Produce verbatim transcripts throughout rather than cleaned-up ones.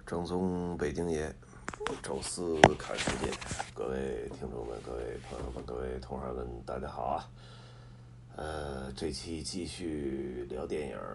正宗北京爷，周四看世界。各位听众们，各位朋友们，各位同行们，大家好啊！呃，这期继续聊电影。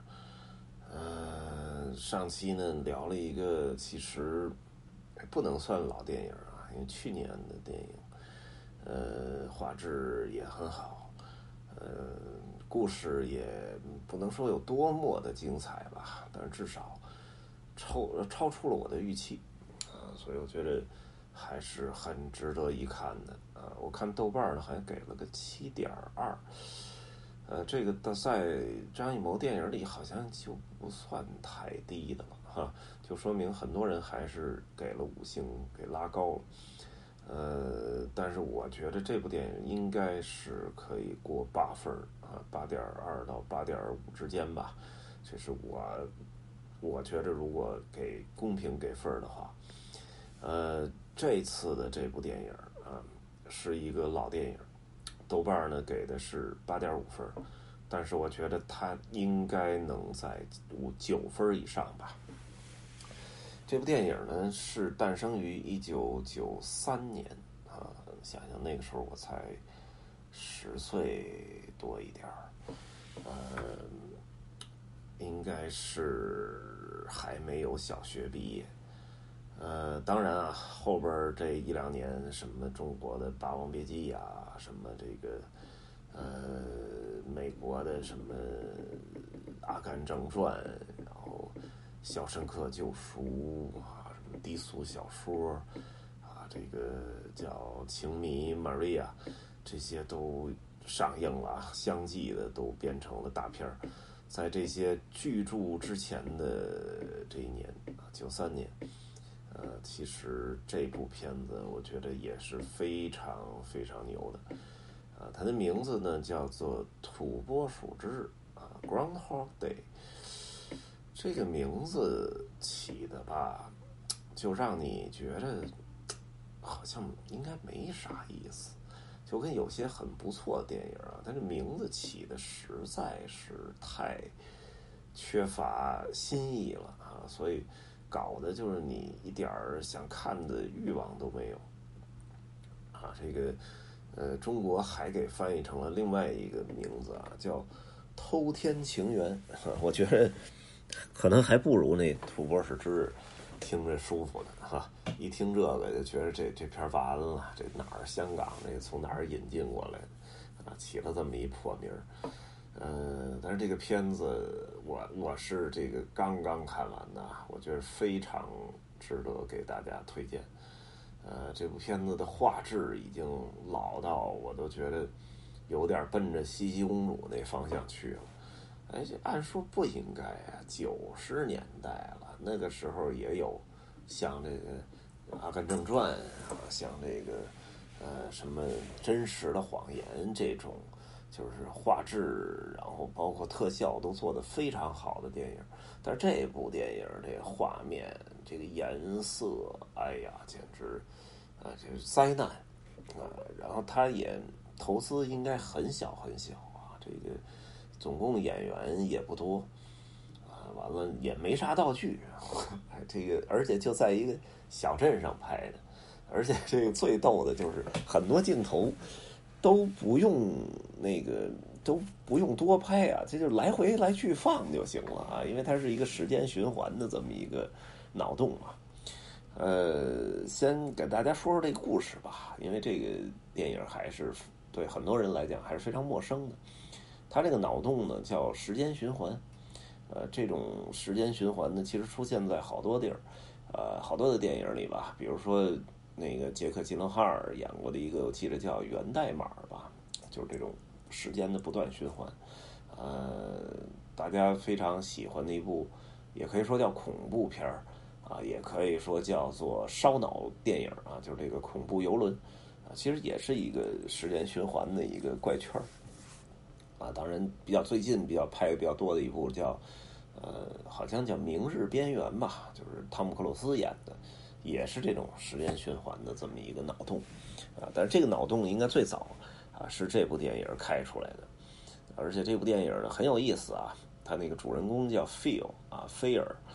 呃，上期呢聊了一个其实不能算老电影啊，因为去年的电影，呃，画质也很好，呃，故事也不能说有多么的精彩吧，但是至少超超出了我的预期啊，所以我觉得还是很值得一看的啊。我看豆瓣呢还给了个七点二，呃，这个在张艺谋电影里好像就不算太低的了哈，就说明很多人还是给了五星，给拉高了。呃，但是我觉得这部电影应该是可以过八分啊，八点二到八点五之间吧。这是我我觉得如果给公平给分的话，呃，这次的这部电影啊是一个老电影，豆瓣呢给的是八点五分，但是我觉得它应该能在五九分以上吧。这部电影呢是诞生于一九九三年啊，想想那个时候我才十岁多一点儿，呃，应该是还没有小学毕业。呃，当然啊，后边这一两年什么中国的《霸王别姬》呀，什么这个呃美国的什么《阿甘正传》，然后《肖申克救赎》啊，什么低俗小说啊，这个叫《情迷 Maria》，这些都上映了，相继的都变成了大片。在这些巨著之前的这一年啊，九三年，呃，其实这部片子我觉得也是非常非常牛的。啊，它的名字呢叫做《土拨鼠之日》啊 ，Groundhog Day。这个名字起的吧，就让你觉得好像应该没啥意思，就跟有些很不错的电影啊，它这名字起的实在是太缺乏新意了啊，所以搞的就是你一点想看的欲望都没有啊。这个呃，中国还给翻译成了另外一个名字啊，叫《偷天情缘》。我觉得可能还不如那《土拨鼠之日》听着舒服呢哈。一听这个就觉得这这片完了，这哪儿香港这个从哪儿引进过来的啊，起了这么一破名。呃，但是这个片子我我是这个刚刚看完的，我觉得非常值得给大家推荐。呃，这部片子的画质已经老到我都觉得有点奔着西西公主那方向去了。哎，这按说不应该啊，九十年代了，那个时候也有像这个《阿甘正传》啊，像这个呃什么真实的谎言这种，就是画质，然后包括特效都做得非常好的电影。但是这部电影这个画面、这个颜色，哎呀，简直啊，这是灾难啊！然后他也投资应该很小很小啊，这个总共演员也不多啊，完了也没啥道具，这个而且就在一个小镇上拍的，而且这个最逗的就是很多镜头都不用那个都不用多拍啊，这就来回来去放就行了啊，因为它是一个时间循环的这么一个脑洞嘛。呃，先给大家说说这个故事吧，因为这个电影还是对很多人来讲还是非常陌生的。它这个脑洞呢叫时间循环，呃，这种时间循环呢其实出现在好多地儿，呃，好多的电影里吧，比如说那个杰克吉伦哈尔演过的一个，我记得叫《源代码》吧，就是这种时间的不断循环。呃，大家非常喜欢的一部，也可以说叫恐怖片儿啊，也可以说叫做烧脑电影啊，就是这个恐怖游轮啊，其实也是一个时间循环的一个怪圈啊。当然，比较最近比较拍的比较多的一部叫呃，好像叫《明日边缘》吧，就是汤姆克鲁斯演的，也是这种时间循环的这么一个脑洞啊。但是这个脑洞应该最早啊是这部电影开出来的，而且这部电影呢很有意思啊，他那个主人公叫 Phil 啊，菲尔啊，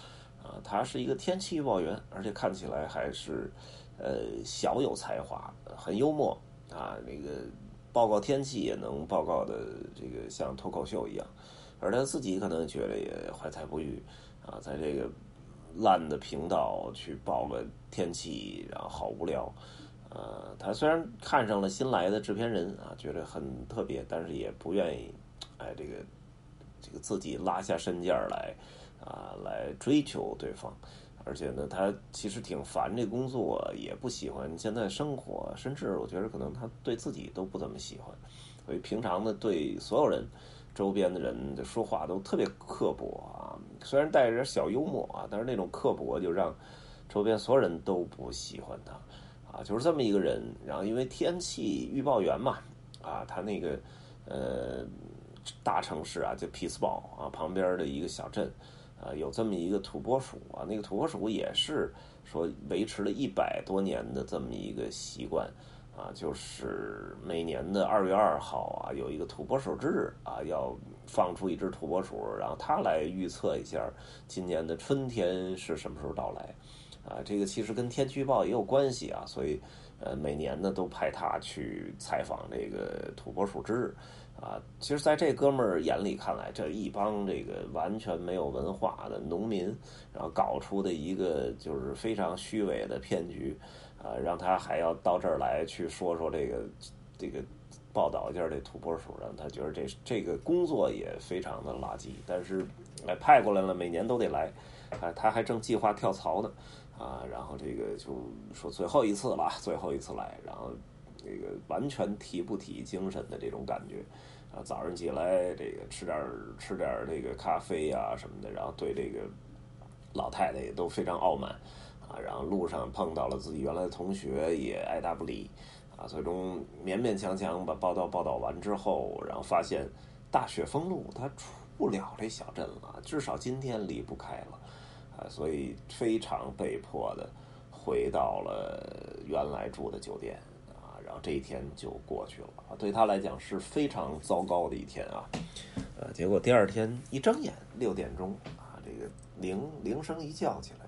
啊，他是一个天气预报员，而且看起来还是呃小有才华，很幽默啊，那个报告天气也能报告的这个像脱口秀一样，而他自己可能觉得也怀才不遇啊，在这个烂的频道去报个天气，然后好无聊。呃，他虽然看上了新来的制片人啊，觉得很特别，但是也不愿意，哎，这个这个自己拉下身价来啊，来追求对方。而且呢，他其实挺烦这工作，也不喜欢现在生活，甚至我觉得可能他对自己都不怎么喜欢。所以平常呢，对所有人、周边的人的说话都特别刻薄啊，虽然带着点小幽默啊，但是那种刻薄就让周边所有人都不喜欢他。啊，就是这么一个人。然后因为天气预报员嘛，啊，他那个呃大城市啊，就匹兹堡啊旁边的一个小镇，啊，有这么一个土拨鼠啊，那个土拨鼠也是说维持了一百多年的这么一个习惯啊，就是每年的二月二号啊，有一个土拨鼠之日啊，要放出一只土拨鼠，然后他来预测一下今年的春天是什么时候到来。啊，这个其实跟天气预报也有关系啊，所以呃每年呢都派他去采访这个土拨鼠之日啊。其实在这哥们儿眼里看来，这一帮这个完全没有文化的农民，然后搞出的一个就是非常虚伪的骗局啊，让他还要到这儿来去说说这个这个报道一下这土拨鼠，让他觉得这这个工作也非常的垃圾。但是哎派过来了，每年都得来啊，他还正计划跳槽呢。啊，然后这个就说最后一次了，最后一次来，然后这个完全提不提精神的这种感觉啊，早上起来这个吃点吃点这个咖啡啊什么的，然后对这个老太太也都非常傲慢啊，然后路上碰到了自己原来的同学也爱答不理啊，最终勉勉强强把报道报道完之后，然后发现大雪封路，他出不了这小镇了，至少今天离不开了。所以非常被迫的回到了原来住的酒店啊，然后这一天就过去了。对他来讲是非常糟糕的一天啊。呃，结果第二天一睁眼六点钟啊，这个铃铃声一叫起来，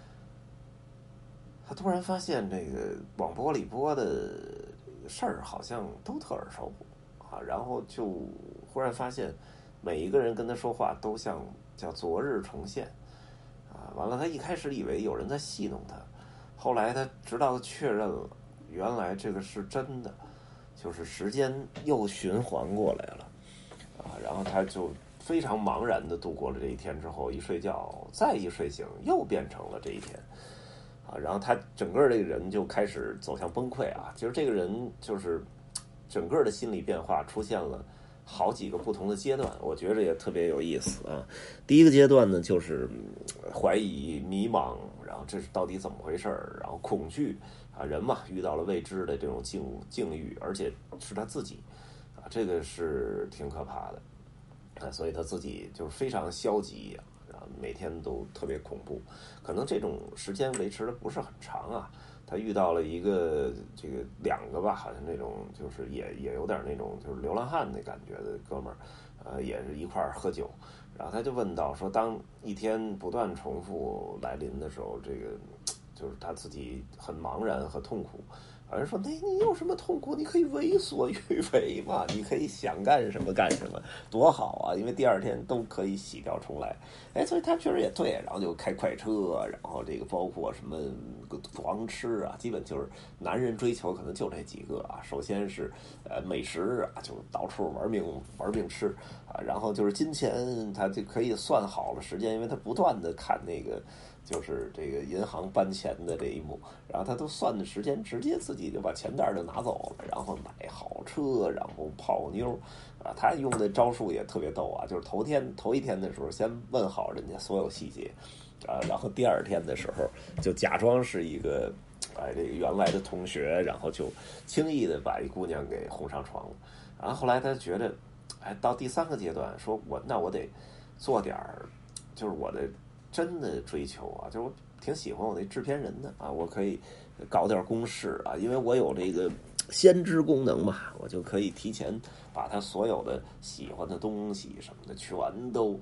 他突然发现这个广播里播的事儿好像都特耳熟啊，然后就忽然发现每一个人跟他说话都像叫昨日重现。啊，完了，他一开始以为有人在戏弄他，后来他直到确认了，原来这个是真的，就是时间又循环过来了，啊，然后他就非常茫然的度过了这一天之后，一睡觉，再一睡醒，又变成了这一天，啊，然后他整个这个人就开始走向崩溃啊，其实这个人就是整个的心理变化出现了好几个不同的阶段，我觉得也特别有意思啊。第一个阶段呢，就是怀疑、迷茫，然后这是到底怎么回事儿？然后恐惧啊，人嘛，遇到了未知的这种境境遇，而且是他自己啊，这个是挺可怕的啊，所以他自己就是非常消极啊，每天都特别恐怖。可能这种时间维持的不是很长啊。他遇到了一个这个两个吧，好像那种就是也也有点那种就是流浪汉那感觉的哥们儿，呃，也是一块儿喝酒，然后他就问到说，当一天不断重复来临的时候，这个就是他自己很茫然和痛苦。有人说，那你有什么痛苦？你可以为所欲为嘛，你可以想干什么干什么，多好啊！因为第二天都可以洗掉重来。哎，所以他确实也对，然后就开快车，然后这个包括什么狂吃啊，基本就是男人追求可能就这几个啊。首先是呃美食啊，就到处玩命玩命吃啊，然后就是金钱，他就可以算好了时间，因为他不断的看那个。就是这个银行搬钱的这一幕，然后他都算的时间，直接自己就把钱袋就拿走了，然后买好车，然后泡妞，啊，他用的招数也特别逗啊，就是头天头一天的时候先问好人家所有细节，啊，然后第二天的时候就假装是一个哎这个原来的同学，然后就轻易的把一姑娘给哄上床了，然后后来他觉得，哎，到第三个阶段，说我那我得做点儿，就是我的。真的追求啊，就是我挺喜欢我那制片人的啊，我可以搞点公式啊，因为我有这个先知功能嘛，我就可以提前把他所有的喜欢的东西什么的全都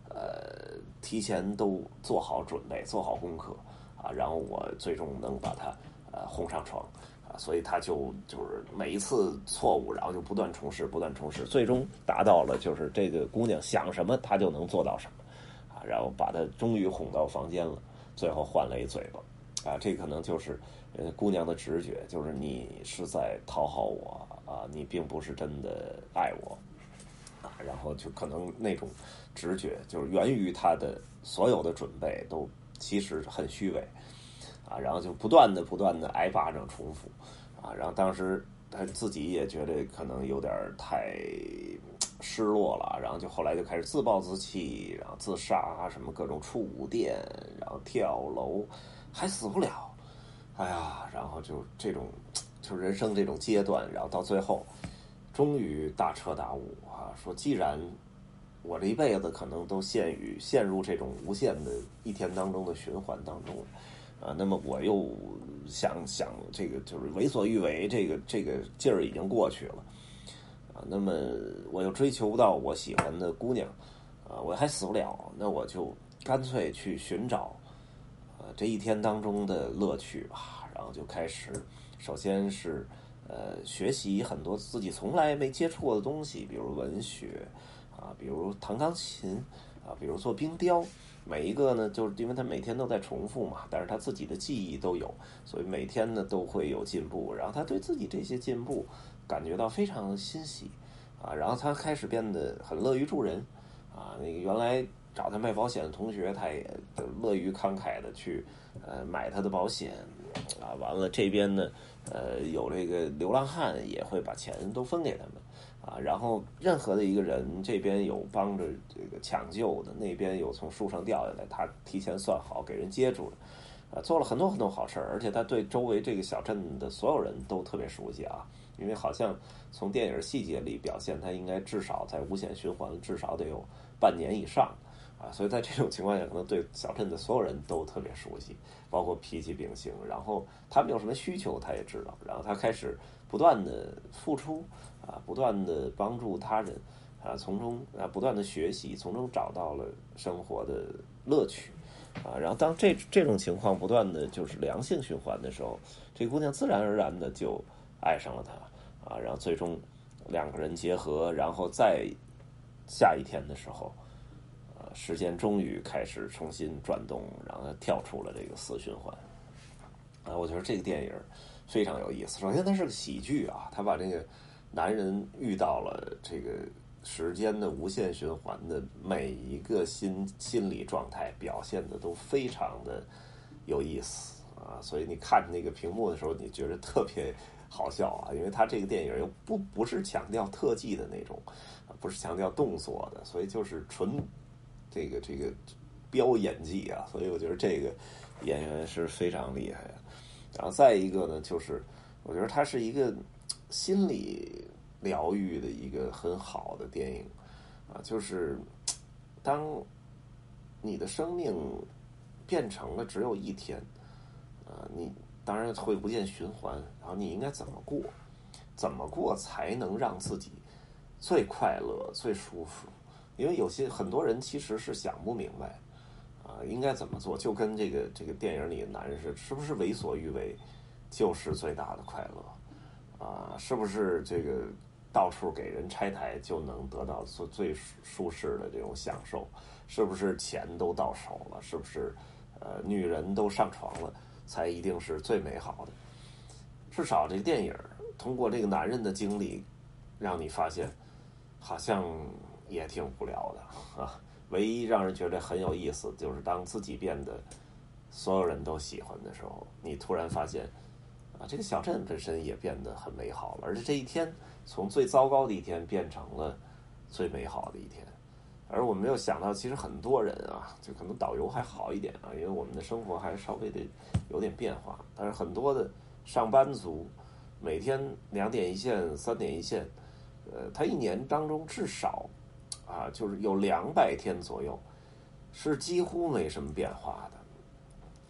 呃提前都做好准备，做好功课啊，然后我最终能把他呃轰上床啊，所以他就就是每一次错误，然后就不断重试，不断重试，最终达到了就是这个姑娘想什么她就能做到什么啊，然后把她终于哄到房间了，最后换了一嘴巴啊，这可能就是呃姑娘的直觉，就是你是在讨好我啊，你并不是真的爱我啊，然后就可能那种直觉就是源于她的所有的准备都其实很虚伪啊，然后就不断的不断的挨巴掌重复啊，然后当时他自己也觉得可能有点太失落了，然后就后来就开始自暴自弃，然后自杀，什么各种触电，然后跳楼，还死不了，哎呀，然后就这种就人生这种阶段，然后到最后终于大彻大悟啊，说既然我这一辈子可能都陷于陷入这种无限的一天当中的循环当中啊，那么我又想想这个就是为所欲为，这个这个劲儿已经过去了啊，那么我又追求不到我喜欢的姑娘啊，我还死不了，那我就干脆去寻找呃这一天当中的乐趣吧，然后就开始首先是呃学习很多自己从来没接触过的东西，比如文学啊，比如弹钢琴啊，比如做冰雕，每一个呢，就是因为他每天都在重复嘛，但是他自己的记忆都有，所以每天呢都会有进步，然后他对自己这些进步感觉到非常欣喜啊，然后他开始变得很乐于助人啊，那个原来找他卖保险的同学，他也乐于慷慨的去呃买他的保险啊，完了这边呢呃有这个流浪汉也会把钱都分给他们啊，然后任何的一个人这边有帮着这个抢救的，那边有从树上掉下来，他提前算好给人接住了啊，做了很多很多好事儿，而且他对周围这个小镇的所有人都特别熟悉啊，因为好像从电影细节里表现，他应该至少在无限循环至少得有半年以上啊，所以在这种情况下，可能对小镇的所有人都特别熟悉，包括脾气秉性，然后他们有什么需求他也知道，然后他开始不断的付出啊，不断的帮助他人啊，从中啊不断的学习，从中找到了生活的乐趣啊，然后当这这种情况不断的就是良性循环的时候，这姑娘自然而然的就爱上了他啊，然后最终两个人结合，然后在下一天的时候，呃，时间终于开始重新转动，然后他跳出了这个死循环啊，我觉得这个电影非常有意思。首先，它是个喜剧啊，他把这个男人遇到了这个时间的无限循环的每一个心心理状态表现的都非常的有意思啊，所以你看那个屏幕的时候，你觉得特别好笑啊，因为他这个电影又不不是强调特技的那种，不是强调动作的，所以就是纯这个这个飙演技啊，所以我觉得这个演员是非常厉害的。然后再一个呢，就是我觉得它是一个心理疗愈的一个很好的电影啊，就是当你的生命变成了只有一天，啊，你当然会无限循环，然后你应该怎么过？怎么过才能让自己最快乐、最舒服？因为有些很多人其实是想不明白啊，应该怎么做？就跟这个这个电影里的男人是，是不是为所欲为就是最大的快乐啊？是不是这个到处给人拆台就能得到最最舒适的这种享受？是不是钱都到手了？是不是呃女人都上床了才一定是最美好的？至少这个电影通过这个男人的经历，让你发现好像也挺无聊的啊。唯一让人觉得很有意思，就是当自己变得所有人都喜欢的时候，你突然发现啊，这个小镇本身也变得很美好了，而且这一天从最糟糕的一天变成了最美好的一天。而我们没有想到，其实很多人啊，就可能导游还好一点啊，因为我们的生活还稍微的有点变化，但是很多的上班族每天两点一线、三点一线，呃，他一年当中至少啊，就是有两百天左右是几乎没什么变化的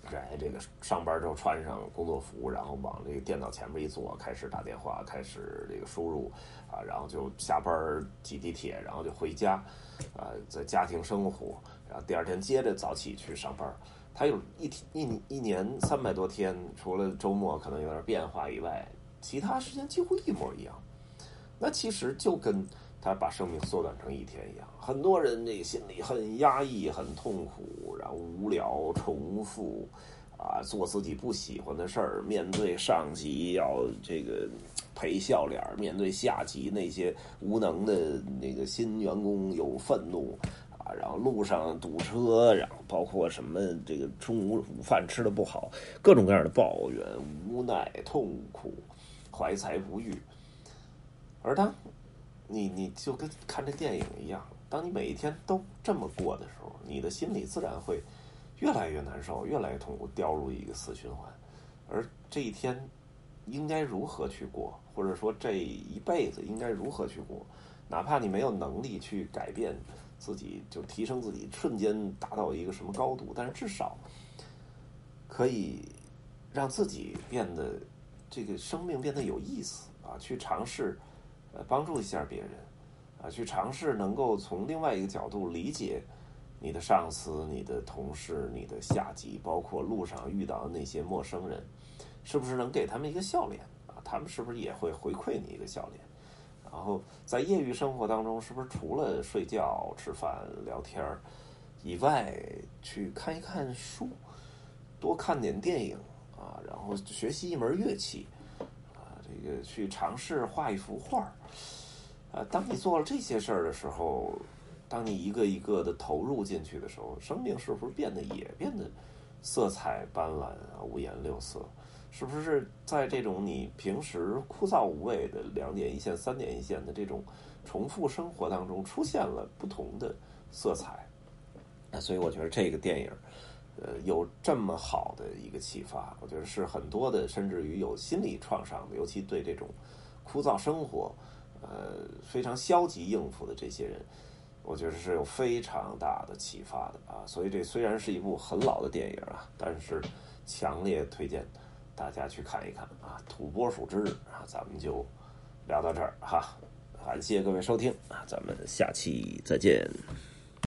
哎，这个上班之后穿上工作服，然后往这个电脑前面一坐，开始打电话，开始这个输入啊，然后就下班挤地铁，然后就回家，啊，在家庭生活，然后第二天接着早起去上班。他有一一一年三百多天，除了周末可能有点变化以外，其他时间几乎一模一样。那其实就跟他把生命缩短成一天一样。很多人这个心里很压抑、很痛苦，然后无聊、重复，啊，做自己不喜欢的事儿，面对上级要这个赔笑脸，面对下级那些无能的那个新员工有愤怒。然后路上堵车，然后包括什么这个中午午饭吃的不好，各种各样的抱怨、无奈、痛苦、怀才不遇。而当你你就跟看这电影一样，当你每一天都这么过的时候，你的心里自然会越来越难受，越来越痛苦，掉入一个死循环。而这一天应该如何去过，或者说这一辈子应该如何去过，哪怕你没有能力去改变自己，就提升自己，瞬间达到一个什么高度，但是至少可以让自己变得这个生命变得有意思啊，去尝试呃帮助一下别人啊，去尝试能够从另外一个角度理解你的上司、你的同事、你的下级，包括路上遇到的那些陌生人，是不是能给他们一个笑脸啊？他们是不是也会回馈你一个笑脸？然后在业余生活当中，是不是除了睡觉、吃饭、聊天以外，去看一看书，多看点电影啊，然后学习一门乐器啊，这个去尝试画一幅画啊。当你做了这些事儿的时候，当你一个一个的投入进去的时候，生命是不是变得也变得色彩斑斓啊，五颜六色？是不是在这种你平时枯燥无味的两点一线、三点一线的这种重复生活当中，出现了不同的色彩？所以我觉得这个电影，呃，有这么好的一个启发，我觉得是很多的，甚至于有心理创伤的，尤其对这种枯燥生活，呃，非常消极应付的这些人，我觉得是有非常大的启发的啊。所以这虽然是一部很老的电影啊，但是强烈推荐大家去看一看啊！土拨鼠之日啊，咱们就聊到这儿哈，感谢各位收听啊，咱们下期再见。